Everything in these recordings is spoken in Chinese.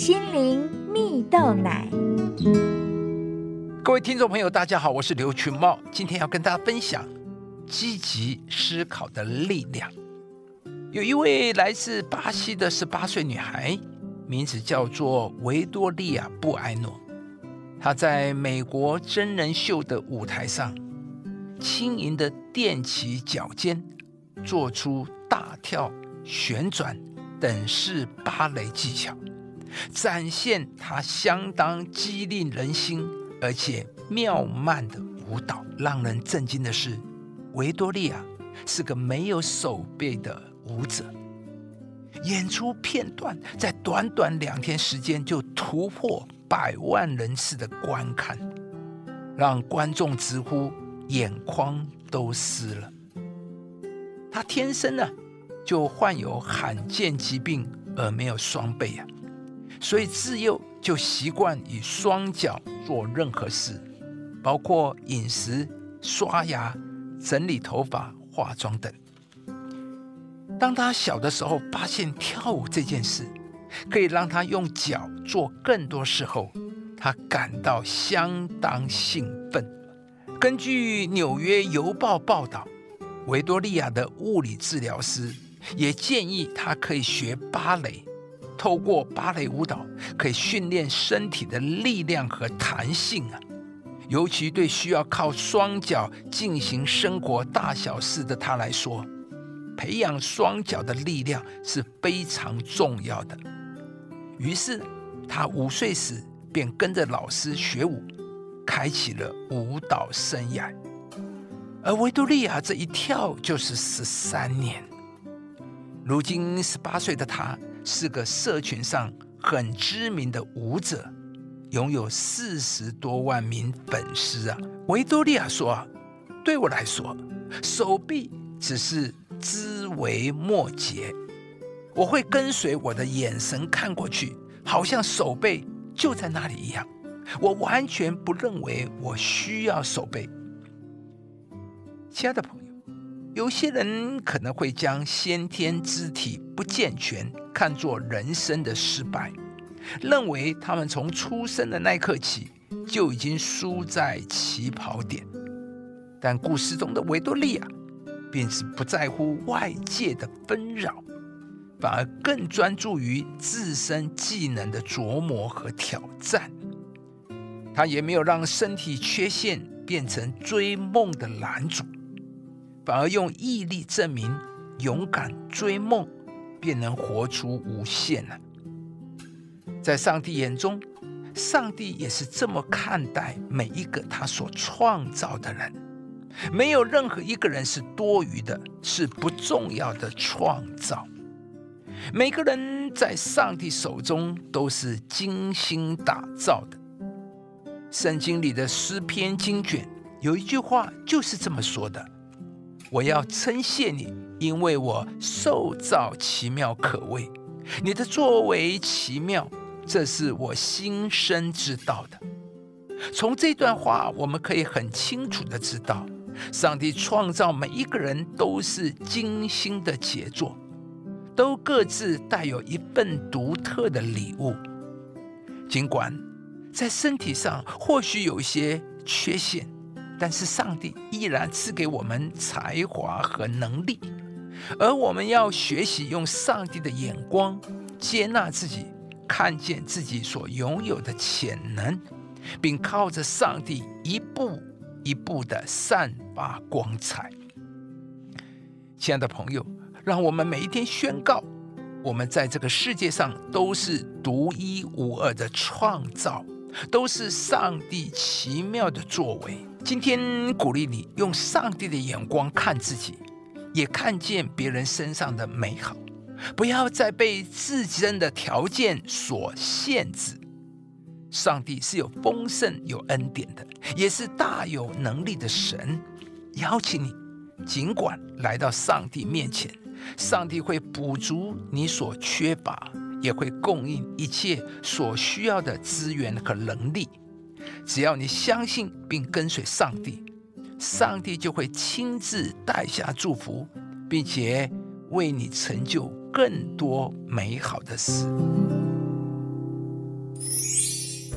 心灵蜜豆奶。 各位听众朋友大家好，我是刘群茂，今天要跟大家分享积极思考的力量。有一位来自巴西的18岁女孩，名字叫做维多利亚·布埃诺。她在美国真人秀的舞台上，轻盈的踮起脚尖，做出大跳、旋转等式芭蕾技巧，展现她相当激励人心而且妙曼的舞蹈。让人震惊的是，维多利亚是个没有手背的舞者，演出片段在短短2天时间就突破100万人次的观看，让观众直呼眼眶都湿了。他天生就患有罕见疾病而没有双臂所以自幼就习惯以双脚做任何事，包括饮食、刷牙、整理头发、化妆等。当他小的时候发现跳舞这件事可以让他用脚做更多事后，他感到相当兴奋。根据纽约邮报报道，维多利亚的物理治疗师也建议他可以学芭蕾，透过芭蕾舞蹈可以训练身体的力量和弹性尤其对需要靠双脚进行生活大小事的他来说，培养双脚的力量是非常重要的。于是他5岁时便跟着老师学舞，开启了舞蹈生涯。而维多利亚这一跳就是13年。如今18岁的他是个社群上很知名的舞者，拥有40多万名粉丝维多利亚说对我来说，手臂只是枝微末节，我会跟随我的眼神看过去，好像手背就在那里一样。我完全不认为我需要手背。亲爱的朋友，有些人可能会将先天肢体不健全看作人生的失败，认为他们从出生的那一刻起就已经输在起跑点。但故事中的维多利亚便是不在乎外界的纷扰，反而更专注于自身技能的琢磨和挑战。他也没有让身体缺陷变成追梦的拦阻，反而用毅力证明勇敢追梦便能活出无限在上帝眼中，上帝也是这么看待每一个他所创造的人。没有任何一个人是多余的，是不重要的创造。每个人在上帝手中都是精心打造的。圣经里的诗篇经卷有一句话就是这么说的：我要称谢你，因为我受造奇妙可畏，你的作为奇妙，这是我心生知道的。从这段话我们可以很清楚地知道，上帝创造每一个人都是精心的杰作，都各自带有一份独特的礼物。尽管在身体上或许有一些缺陷，但是上帝依然赐给我们才华和能力，而我们要学习用上帝的眼光接纳自己，看见自己所拥有的潜能，并靠着上帝一步一步地散发光彩。亲爱的朋友，让我们每一天宣告，我们在这个世界上都是独一无二的创造，都是上帝奇妙的作为。今天鼓励你用上帝的眼光看自己，也看见别人身上的美好，不要再被自身的条件所限制。上帝是有丰盛有恩典的，也是大有能力的神。邀请你尽管来到上帝面前，上帝会补足你所缺乏，也会供应一切所需要的资源和能力。只要你相信并跟随上帝，上帝就会亲自带下祝福，并且为你成就更多美好的事。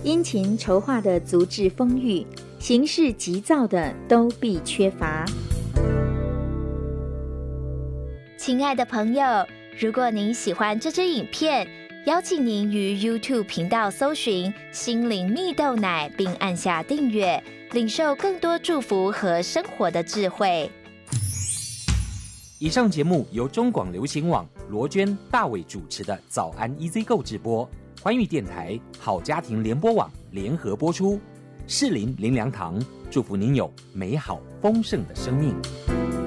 殷勤筹划的足智丰裕，行事急躁的都必缺乏。 亲爱的朋友，如果您喜欢这支影片，邀请您于 YouTube 频道搜寻心灵蜜豆奶，并按下订阅，领受更多祝福和生活的智慧。 以上节目由中广流行网罗娟、大伟主持的早安 EZ 购直播，欢愉电台、好家庭联播网联合播出。士林林良堂祝福您有美好丰盛的生命。